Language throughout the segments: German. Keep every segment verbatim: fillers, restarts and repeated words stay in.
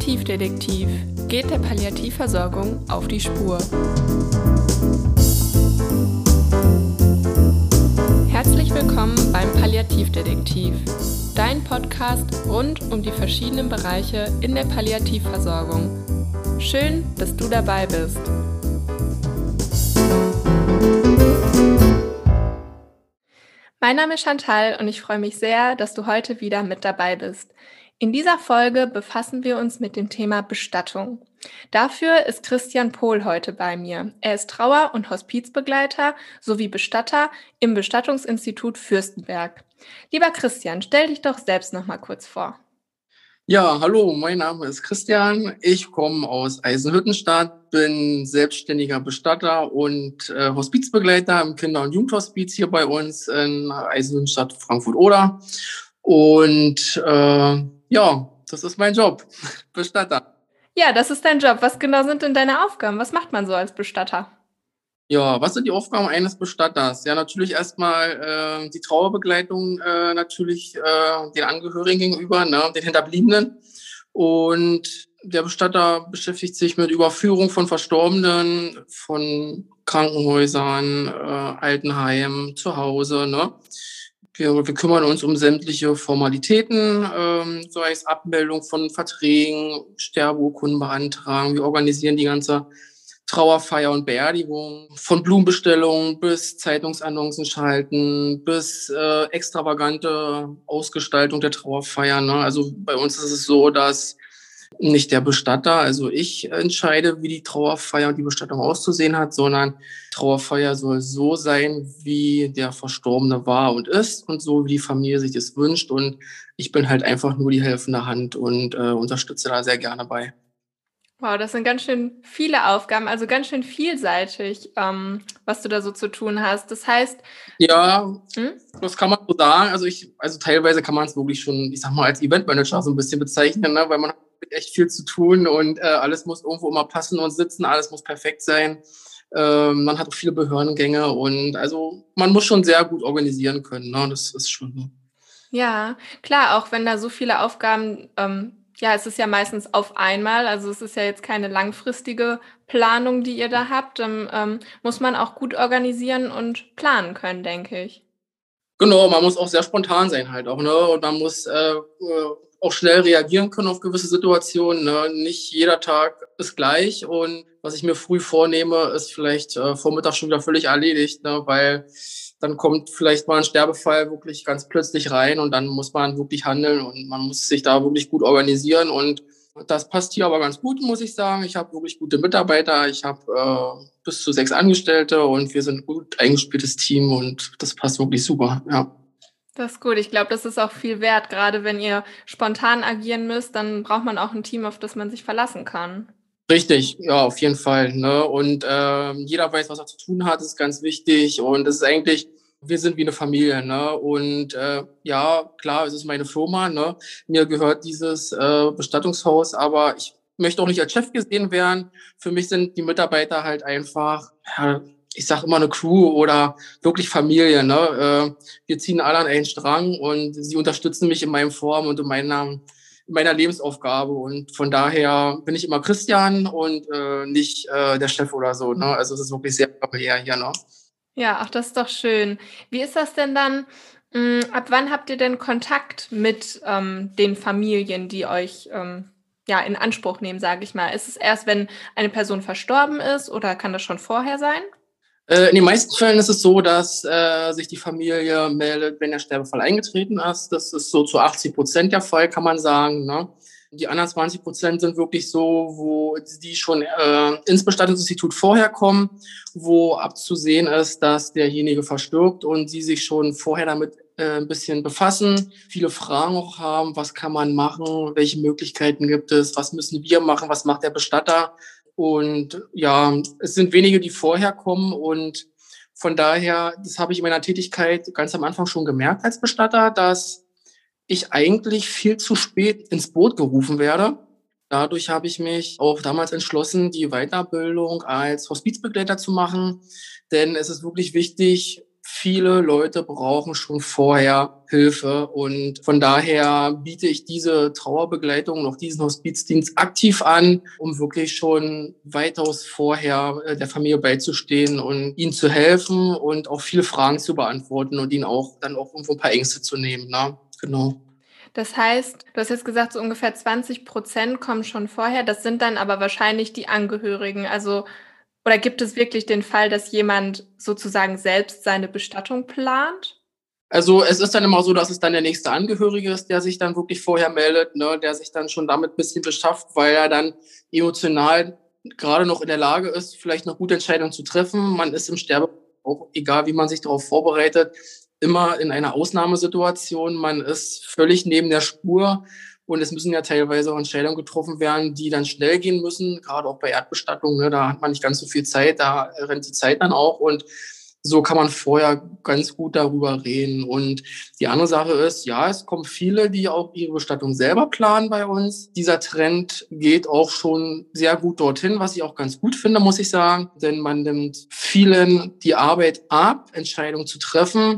Palliativdetektiv geht der Palliativversorgung auf die Spur. Herzlich willkommen beim Palliativdetektiv, dein Podcast rund um die verschiedenen Bereiche in der Palliativversorgung. Schön, dass du dabei bist. Mein Name ist Chantal und ich freue mich sehr, dass du heute wieder mit dabei bist. In dieser Folge befassen wir uns mit dem Thema Bestattung. Dafür ist Christian Pohl heute bei mir. Er ist Trauer- und Hospizbegleiter sowie Bestatter im Bestattungsinstitut Fürstenberg. Lieber Christian, stell dich doch selbst noch mal kurz vor. Ja, hallo, mein Name ist Christian. Ich komme aus Eisenhüttenstadt, bin selbstständiger Bestatter und äh, Hospizbegleiter im Kinder- und Jugendhospiz hier bei uns in Eisenhüttenstadt, Frankfurt-Oder. Und äh, ja, das ist mein Job, Bestatter. Ja, das ist dein Job. Was genau sind denn deine Aufgaben? Was macht man so als Bestatter? Ja, was sind die Aufgaben eines Bestatters? Ja, natürlich erstmal äh, die Trauerbegleitung äh, natürlich äh, den Angehörigen gegenüber, ne, den Hinterbliebenen. Und der Bestatter beschäftigt sich mit Überführung von Verstorbenen, von Krankenhäusern, äh, Altenheimen, zu Hause, ne. Wir, wir kümmern uns um sämtliche Formalitäten, ähm, so heißt Abmeldung von Verträgen, Sterbeurkunden beantragen. Wir organisieren die ganze Trauerfeier und Beerdigung, von Blumenbestellungen bis Zeitungsannoncen schalten, bis äh, extravagante Ausgestaltung der Trauerfeier. Ne? Also bei uns ist es so, dass nicht der Bestatter, also ich entscheide, wie die Trauerfeier und die Bestattung auszusehen hat, sondern Trauerfeier soll so sein, wie der Verstorbene war und ist und so, wie die Familie sich das wünscht. Und ich bin halt einfach nur die helfende Hand und äh, unterstütze da sehr gerne bei. Wow, das sind ganz schön viele Aufgaben, also ganz schön vielseitig, ähm, was du da so zu tun hast. Das heißt... Ja, hm? das kann man so sagen. Also ich, also teilweise kann man es wirklich schon, ich sag mal, als Eventmanager so ein bisschen bezeichnen, ne? Weil man hat echt viel zu tun und äh, alles muss irgendwo immer passen und sitzen, alles muss perfekt sein. Ähm, man hat auch viele Behördengänge und also man muss schon sehr gut organisieren können. Ne? Das ist schon. Ja, klar, auch wenn da so viele Aufgaben, ähm, ja, es ist ja meistens auf einmal, also es ist ja jetzt keine langfristige Planung, die ihr da habt, dann ähm, muss man auch gut organisieren und planen können, denke ich. Genau, man muss auch sehr spontan sein halt auch, ne? Und man muss äh, auch schnell reagieren können auf gewisse Situationen. Ne? Nicht jeder Tag ist gleich und was ich mir früh vornehme, ist vielleicht äh, Vormittag schon wieder völlig erledigt, ne? Weil dann kommt vielleicht mal ein Sterbefall wirklich ganz plötzlich rein und dann muss man wirklich handeln und man muss sich da wirklich gut organisieren und das passt hier aber ganz gut, muss ich sagen. Ich habe wirklich gute Mitarbeiter, ich habe äh, bis zu sechs Angestellte und wir sind ein gut eingespieltes Team und das passt wirklich super, ja. Das ist gut. Ich glaube, das ist auch viel wert. Gerade wenn ihr spontan agieren müsst, dann braucht man auch ein Team, auf das man sich verlassen kann. Richtig, ja, auf jeden Fall. Ne? Und ähm, jeder weiß, was er zu tun hat, ist ganz wichtig. Und es ist eigentlich, wir sind wie eine Familie. Ne? Und äh, ja, klar, es ist meine Firma. Ne? Mir gehört dieses äh, Bestattungshaus, aber ich möchte auch nicht als Chef gesehen werden. Für mich sind die Mitarbeiter halt einfach, ja, ich sage immer eine Crew oder wirklich Familie. Ne? Äh, wir ziehen alle an einen Strang und sie unterstützen mich in meinem Form und in meiner meiner Lebensaufgabe und von daher bin ich immer Christian und äh, nicht äh, der Chef oder so. Ne? Also es ist wirklich sehr familiär hier. Ne? Ja, ach, das ist doch schön. Wie ist das denn dann? Hm, ab wann habt ihr denn Kontakt mit ähm, den Familien, die euch ähm, ja in Anspruch nehmen, sage ich mal? Ist es erst, wenn eine Person verstorben ist oder kann das schon vorher sein? Äh, in den meisten Fällen ist es so, dass äh, sich die Familie meldet, wenn der Sterbefall eingetreten ist. Das ist so zu achtzig Prozent der Fall, kann man sagen. Ne? Die anderen zwanzig Prozent sind wirklich so, wo die schon äh, ins Bestattungsinstitut vorher kommen, wo abzusehen ist, dass derjenige verstirbt und sie sich schon vorher damit äh, ein bisschen befassen, viele Fragen auch haben, was kann man machen, welche Möglichkeiten gibt es, was müssen wir machen, was macht der Bestatter. Und ja, es sind wenige, die vorher kommen und von daher, das habe ich in meiner Tätigkeit ganz am Anfang schon gemerkt als Bestatter, dass ich eigentlich viel zu spät ins Boot gerufen werde. Dadurch habe ich mich auch damals entschlossen, die Weiterbildung als Hospizbegleiter zu machen, denn es ist wirklich wichtig, viele Leute brauchen schon vorher Hilfe und von daher biete ich diese Trauerbegleitung und auch diesen Hospizdienst aktiv an, um wirklich schon weitaus vorher äh, der Familie beizustehen und ihnen zu helfen und auch viele Fragen zu beantworten und ihnen auch dann auch irgendwo ein paar Ängste zu nehmen. Ne? Genau. Das heißt, du hast jetzt gesagt, so ungefähr zwanzig Prozent kommen schon vorher. Das sind dann aber wahrscheinlich die Angehörigen. Also, oder gibt es wirklich den Fall, dass jemand sozusagen selbst seine Bestattung plant? Also es ist dann immer so, dass es dann der nächste Angehörige ist, der sich dann wirklich vorher meldet, ne, der sich dann schon damit ein bisschen beschafft, weil er dann emotional gerade noch in der Lage ist, vielleicht eine gute Entscheidung zu treffen. Man ist im Sterbe, auch egal wie man sich darauf vorbereitet, immer in einer Ausnahmesituation. Man ist völlig neben der Spur und es müssen ja teilweise auch Entscheidungen getroffen werden, die dann schnell gehen müssen, gerade auch bei Erdbestattungen. Ne, da hat man nicht ganz so viel Zeit, da rennt die Zeit dann auch und so kann man vorher ganz gut darüber reden. Und die andere Sache ist, ja, es kommen viele, die auch ihre Bestattung selber planen bei uns. Dieser Trend geht auch schon sehr gut dorthin, was ich auch ganz gut finde, muss ich sagen. Denn man nimmt vielen die Arbeit ab, Entscheidungen zu treffen.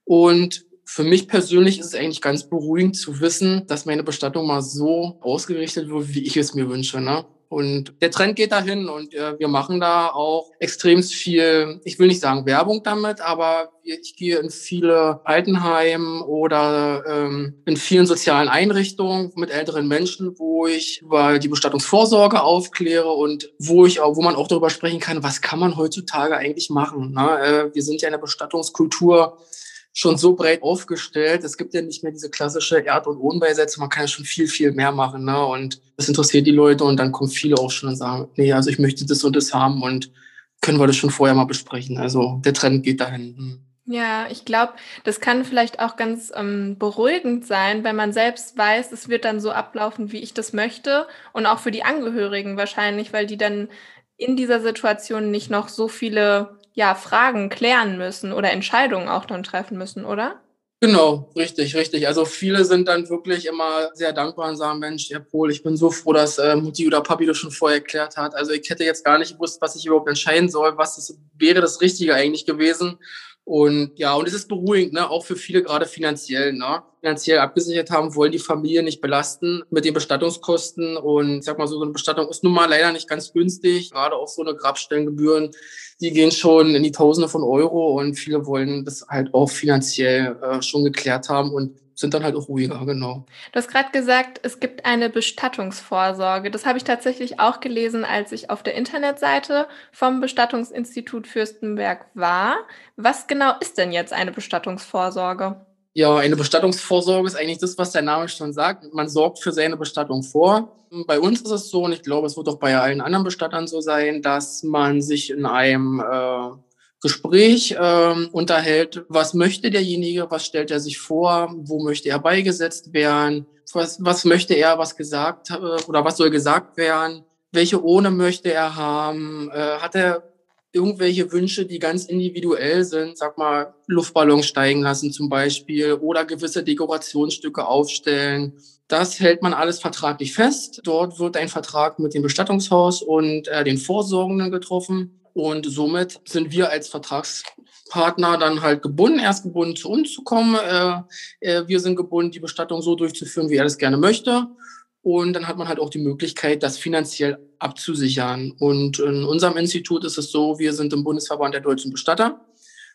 Und für mich persönlich ist es eigentlich ganz beruhigend zu wissen, dass meine Bestattung mal so ausgerichtet wird, wie ich es mir wünsche, ne? Und der Trend geht dahin und äh, wir machen da auch extrem viel, ich will nicht sagen Werbung damit, aber ich gehe in viele Altenheime oder ähm, in vielen sozialen Einrichtungen mit älteren Menschen, wo ich über die Bestattungsvorsorge aufkläre und wo ich auch, wo man auch darüber sprechen kann, was kann man heutzutage eigentlich machen. Ne? Äh, wir sind ja in der Bestattungskultur schon so breit aufgestellt. Es gibt ja nicht mehr diese klassische Erd- und Urnenbeisetzung. Man kann ja schon viel, viel mehr machen. Ne? Und das interessiert die Leute und dann kommen viele auch schon und sagen, nee, also ich möchte das und das haben und können wir das schon vorher mal besprechen. Also der Trend geht dahin. Hm. Ja, ich glaube, das kann vielleicht auch ganz, ähm, beruhigend sein, wenn man selbst weiß, es wird dann so ablaufen, wie ich das möchte und auch für die Angehörigen wahrscheinlich, weil die dann in dieser Situation nicht noch so viele, ja, Fragen klären müssen oder Entscheidungen auch dann treffen müssen, oder? Genau, richtig, richtig. Also viele sind dann wirklich immer sehr dankbar und sagen, Mensch, Herr Pohl, ich bin so froh, dass äh, Mutti oder Papi das schon vorher erklärt hat. Also ich hätte jetzt gar nicht gewusst, was ich überhaupt entscheiden soll, was das, wäre das Richtige eigentlich gewesen. Und ja, und es ist beruhigend, ne, auch für viele gerade finanziell, ne. Finanziell abgesichert haben, wollen die Familie nicht belasten mit den Bestattungskosten. Und ich sag mal so, so eine Bestattung ist nun mal leider nicht ganz günstig. Gerade auch so eine Grabstellengebühren, die gehen schon in die Tausende von Euro und viele wollen das halt auch finanziell äh, schon geklärt haben und sind dann halt auch ruhiger, genau. Du hast gerade gesagt, es gibt eine Bestattungsvorsorge. Das habe ich tatsächlich auch gelesen, als ich auf der Internetseite vom Bestattungsinstitut Fürstenberg war. Was genau ist denn jetzt eine Bestattungsvorsorge? Ja, eine Bestattungsvorsorge ist eigentlich das, was der Name schon sagt. Man sorgt für seine Bestattung vor. Bei uns ist es so, und ich glaube, es wird auch bei allen anderen Bestattern so sein, dass man sich in einem äh, Gespräch äh, unterhält, was möchte derjenige, was stellt er sich vor, wo möchte er beigesetzt werden, was, was möchte er, was gesagt äh, oder was soll gesagt werden, welche Urne möchte er haben, äh, hat er irgendwelche Wünsche, die ganz individuell sind, sag mal, Luftballons steigen lassen zum Beispiel oder gewisse Dekorationsstücke aufstellen. Das hält man alles vertraglich fest. Dort wird ein Vertrag mit dem Bestattungshaus und äh, den Vorsorgenden getroffen. Und somit sind wir als Vertragspartner dann halt gebunden, erst gebunden zu uns zu kommen. Äh, äh, wir sind gebunden, die Bestattung so durchzuführen, wie er das gerne möchte. Und dann hat man halt auch die Möglichkeit, das finanziell abzusichern. Und in unserem Institut ist es so, wir sind im Bundesverband der deutschen Bestatter.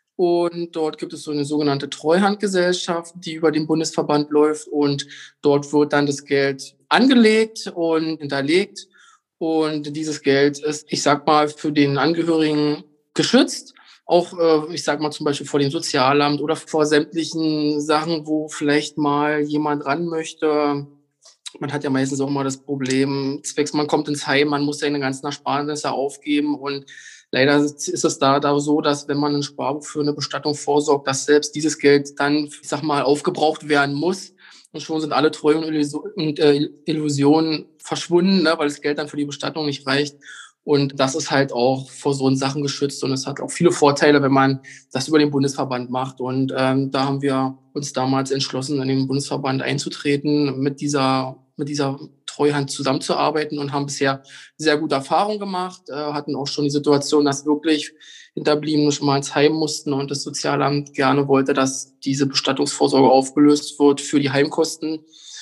Und dort gibt es so eine sogenannte Treuhandgesellschaft, die über den Bundesverband läuft. Und dort wird dann das Geld angelegt und hinterlegt. Und dieses Geld ist, ich sag mal, für den Angehörigen geschützt. Auch, äh, ich sag mal, zum Beispiel vor dem Sozialamt oder vor sämtlichen Sachen, wo vielleicht mal jemand ran möchte. Man hat ja meistens auch mal das Problem, zwecks man kommt ins Heim, man muss seine ganzen Ersparnisse aufgeben und leider ist es da, da so, dass wenn man ein Sparbuch für eine Bestattung vorsorgt, dass selbst dieses Geld dann, ich sag mal, aufgebraucht werden muss und schon sind alle Treue und Illusionen verschwunden, ne, weil das Geld dann für die Bestattung nicht reicht. Und das ist halt auch vor so Sachen geschützt und es hat auch viele Vorteile, wenn man das über den Bundesverband macht. Und ähm, da haben wir uns damals entschlossen, in den Bundesverband einzutreten, mit dieser, mit dieser Treuhand zusammenzuarbeiten und haben bisher sehr gute Erfahrungen gemacht, äh, hatten auch schon die Situation, dass wirklich Hinterbliebene schon mal ins Heim mussten und das Sozialamt gerne wollte, dass diese Bestattungsvorsorge aufgelöst wird für die Heimkosten.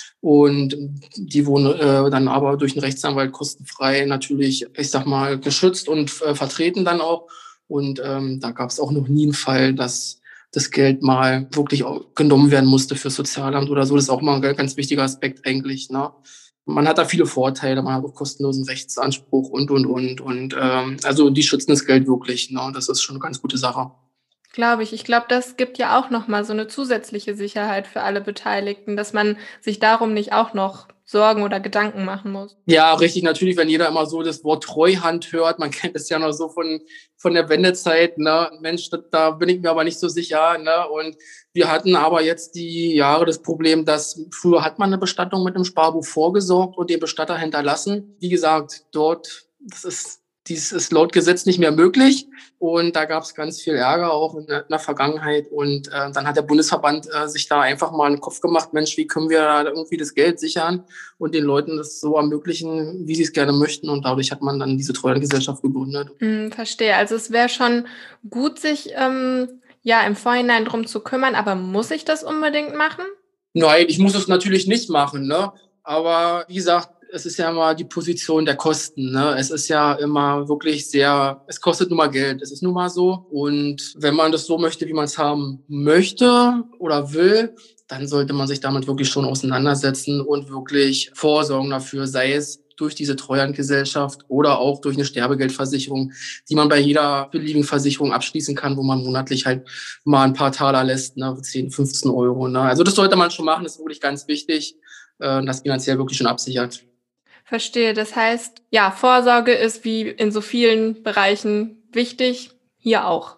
Und die wurden äh, dann aber durch einen Rechtsanwalt kostenfrei natürlich, ich sag mal, geschützt und äh, vertreten dann auch. Und ähm, da gab es auch noch nie einen Fall, dass das Geld mal wirklich genommen werden musste für Sozialamt oder so. Das ist auch mal ein ganz wichtiger Aspekt eigentlich, ne? Man hat da viele Vorteile, man hat auch kostenlosen Rechtsanspruch und, und, und. Und ähm, also die schützen das Geld wirklich, ne? Das ist schon eine ganz gute Sache. Glaube ich. Ich glaube, das gibt ja auch noch mal so eine zusätzliche Sicherheit für alle Beteiligten, dass man sich darum nicht auch noch Sorgen oder Gedanken machen muss. Ja, richtig. Natürlich, wenn jeder immer so das Wort Treuhand hört, man kennt es ja noch so von, von der Wendezeit, ne? Mensch, da, da bin ich mir aber nicht so sicher, ne? Und wir hatten aber jetzt die Jahre das Problem, dass früher hat man eine Bestattung mit einem Sparbuch vorgesorgt und den Bestatter hinterlassen. Wie gesagt, dort, das ist Dies ist laut Gesetz nicht mehr möglich und da gab es ganz viel Ärger auch in der, in der Vergangenheit und äh, dann hat der Bundesverband äh, sich da einfach mal einen Kopf gemacht, Mensch, wie können wir da irgendwie das Geld sichern und den Leuten das so ermöglichen, wie sie es gerne möchten und dadurch hat man dann diese Treuhandgesellschaft gegründet. Hm, verstehe. Also es wäre schon gut, sich ähm, ja im Vorhinein drum zu kümmern, aber muss ich das unbedingt machen? Nein, ich muss es natürlich nicht machen, ne? Aber wie gesagt, es ist ja immer die Position der Kosten, ne? Es ist ja immer wirklich sehr, es kostet nun mal Geld, es ist nun mal so. Und wenn man das so möchte, wie man es haben möchte oder will, dann sollte man sich damit wirklich schon auseinandersetzen und wirklich vorsorgen dafür, sei es durch diese Treuhandgesellschaft oder auch durch eine Sterbegeldversicherung, die man bei jeder beliebigen Versicherung abschließen kann, wo man monatlich halt mal ein paar Taler lässt, ne, zehn, fünfzehn Euro. Ne? Also das sollte man schon machen, das ist wirklich ganz wichtig, äh, das finanziell wirklich schon absichert. Verstehe. Das heißt, ja, Vorsorge ist wie in so vielen Bereichen wichtig, hier auch.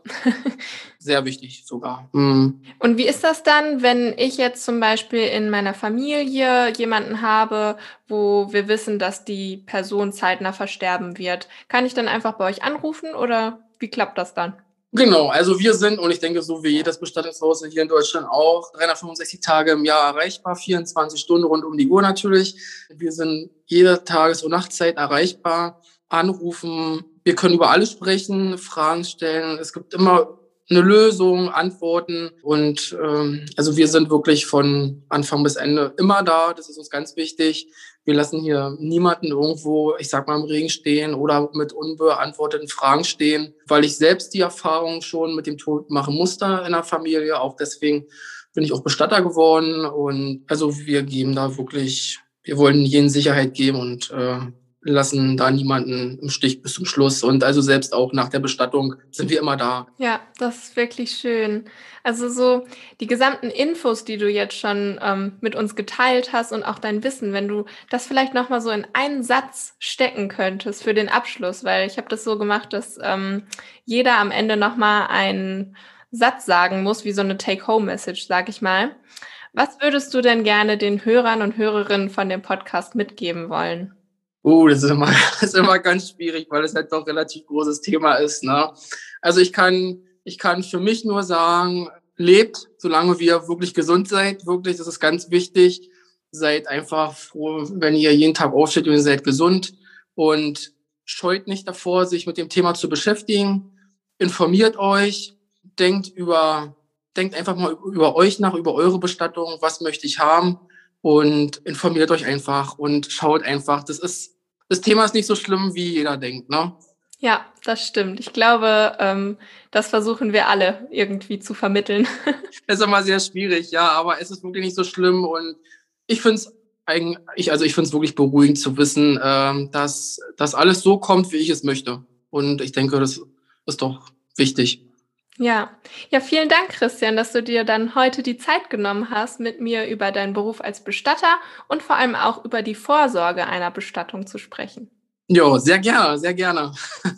Sehr wichtig sogar. Mhm. Und wie ist das dann, wenn ich jetzt zum Beispiel in meiner Familie jemanden habe, wo wir wissen, dass die Person zeitnah versterben wird? Kann ich dann einfach bei euch anrufen oder wie klappt das dann? Genau, also wir sind, und ich denke, so wie jedes Bestattungshaus hier in Deutschland auch, dreihundertfünfundsechzig Tage im Jahr erreichbar, vierundzwanzig Stunden rund um die Uhr natürlich. Wir sind jede Tages- und Nachtzeit erreichbar, anrufen. Wir können über alles sprechen, Fragen stellen. Es gibt immer eine Lösung, Antworten. Und ähm, also wir sind wirklich von Anfang bis Ende immer da. Das ist uns ganz wichtig. Wir lassen hier niemanden irgendwo, ich sag mal, im Regen stehen oder mit unbeantworteten Fragen stehen, weil ich selbst die Erfahrung schon mit dem Tod machen musste in der Familie. Auch deswegen bin ich auch Bestatter geworden. Und also wir geben da wirklich, wir wollen jedem Sicherheit geben und äh, lassen da niemanden im Stich bis zum Schluss. Und also selbst auch nach der Bestattung sind wir immer da. Ja, das ist wirklich schön. Also so die gesamten Infos, die du jetzt schon ähm, mit uns geteilt hast und auch dein Wissen, wenn du das vielleicht noch mal so in einen Satz stecken könntest für den Abschluss, weil ich habe das so gemacht, dass ähm, jeder am Ende noch mal einen Satz sagen muss, wie so eine Take-Home-Message, sag ich mal. Was würdest du denn gerne den Hörern und Hörerinnen von dem Podcast mitgeben wollen? Oh, das ist immer, das ist immer ganz schwierig, weil es halt doch ein relativ großes Thema ist, ne? Also ich kann, ich kann für mich nur sagen, lebt, solange ihr wirklich gesund seid, wirklich, das ist ganz wichtig. Seid einfach froh, wenn ihr jeden Tag aufsteht und ihr seid gesund und scheut nicht davor, sich mit dem Thema zu beschäftigen. Informiert euch, denkt über, denkt einfach mal über euch nach, über eure Bestattung, was möchte ich haben und informiert euch einfach und schaut einfach, das ist, das Thema ist nicht so schlimm, wie jeder denkt, ne? Ja, das stimmt. Ich glaube, ähm, das versuchen wir alle irgendwie zu vermitteln. Das ist immer sehr schwierig, ja, aber es ist wirklich nicht so schlimm und ich finde es eigentlich, also ich finde es wirklich beruhigend zu wissen, ähm, dass das alles so kommt, wie ich es möchte. Und ich denke, das ist doch wichtig. Ja, ja, vielen Dank, Christian, dass du dir dann heute die Zeit genommen hast, mit mir über deinen Beruf als Bestatter und vor allem auch über die Vorsorge einer Bestattung zu sprechen. Ja, sehr gerne, sehr gerne.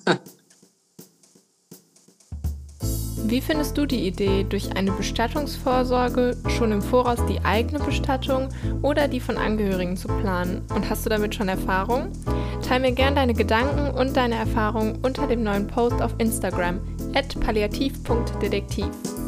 Wie findest du die Idee, durch eine Bestattungsvorsorge schon im Voraus die eigene Bestattung oder die von Angehörigen zu planen? Und hast du damit schon Erfahrung? Teil mir gern deine Gedanken und deine Erfahrungen unter dem neuen Post auf Instagram at palliativ punkt detektiv.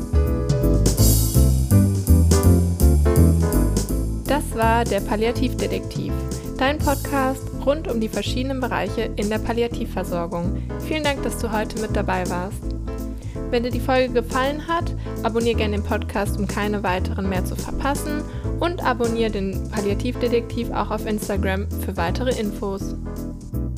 Das war der Palliativdetektiv, dein Podcast rund um die verschiedenen Bereiche in der Palliativversorgung. Vielen Dank, dass du heute mit dabei warst. Wenn dir die Folge gefallen hat, abonniere gerne den Podcast, um keine weiteren mehr zu verpassen und abonniere den Palliativdetektiv auch auf Instagram für weitere Infos.